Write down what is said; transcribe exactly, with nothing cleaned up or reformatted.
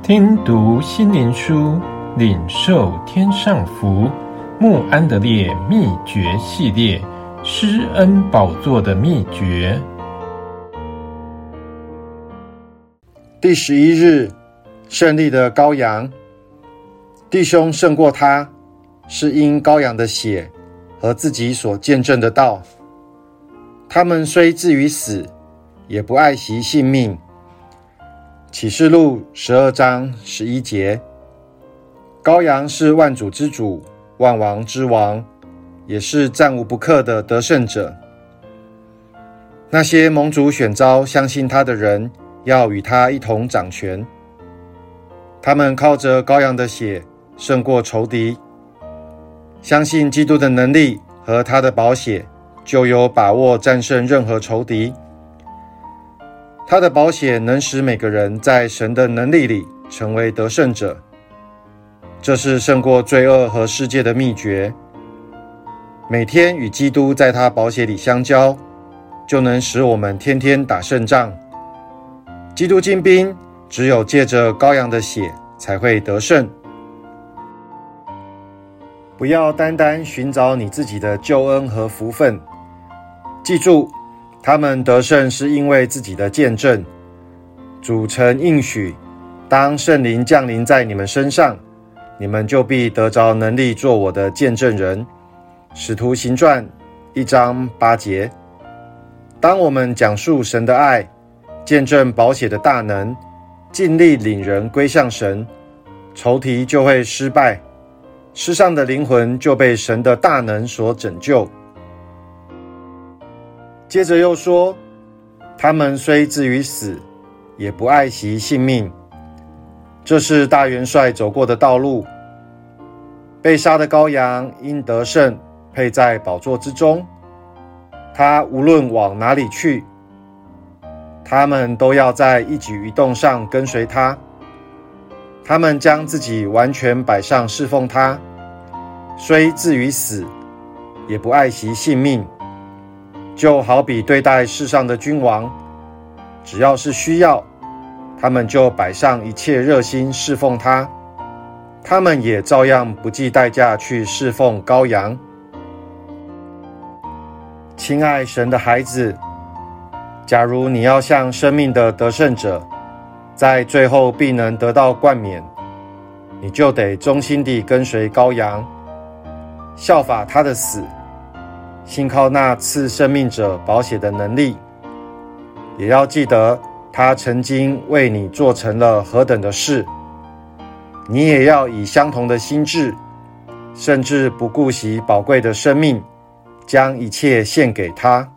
听读心灵书，领受天上福。慕安德烈秘诀系列，施恩宝座的秘诀。 第十一日，胜利的羔羊。弟兄胜过他，是因羔羊的血和自己所见证的道。他们虽至于死，也不爱惜性命。启示录十二章十一节。羔羊是万主之主，万王之王，也是战无不克的得胜者。那些蒙主选召相信他的人，要与他一同掌权。他们靠着羔羊的血胜过仇敌，相信基督的能力和他的宝血，就有把握战胜任何仇敌。他的宝血能使每个人在神的能力里成为得胜者，这是胜过罪恶和世界的秘诀。每天与基督在他宝血里相交，就能使我们天天打胜仗。基督精兵只有借着羔羊的血才会得胜。不要单单寻找你自己的救恩和福分，记住，他们得胜是因为自己的见证。主曾应许，当圣灵降临在你们身上，你们就必得着能力做我的见证人。使徒行传一章八节。当我们讲述神的爱，见证宝血的大能，尽力领人归向神，仇敌就会失败，世上的灵魂就被神的大能所拯救。接着又说，他们虽至于死，也不爱惜性命。这是大元帅走过的道路。被杀的羔羊因得胜，配在宝座之中。他无论往哪里去，他们都要在一举一动上跟随他。他们将自己完全摆上侍奉他，虽至于死，也不爱惜性命。就好比对待世上的君王，只要是需要，他们就摆上一切热心侍奉他。他们也照样不计代价去侍奉羔羊。亲爱神的孩子，假如你要像生命的得胜者，在最后必能得到冠冕，你就得忠心地跟随羔羊，效法他的死，信靠那赐生命者宝血的能力。也要记得他曾经为你做成了何等的事，你也要以相同的心志，甚至不顾惜宝贵的生命，将一切献给他。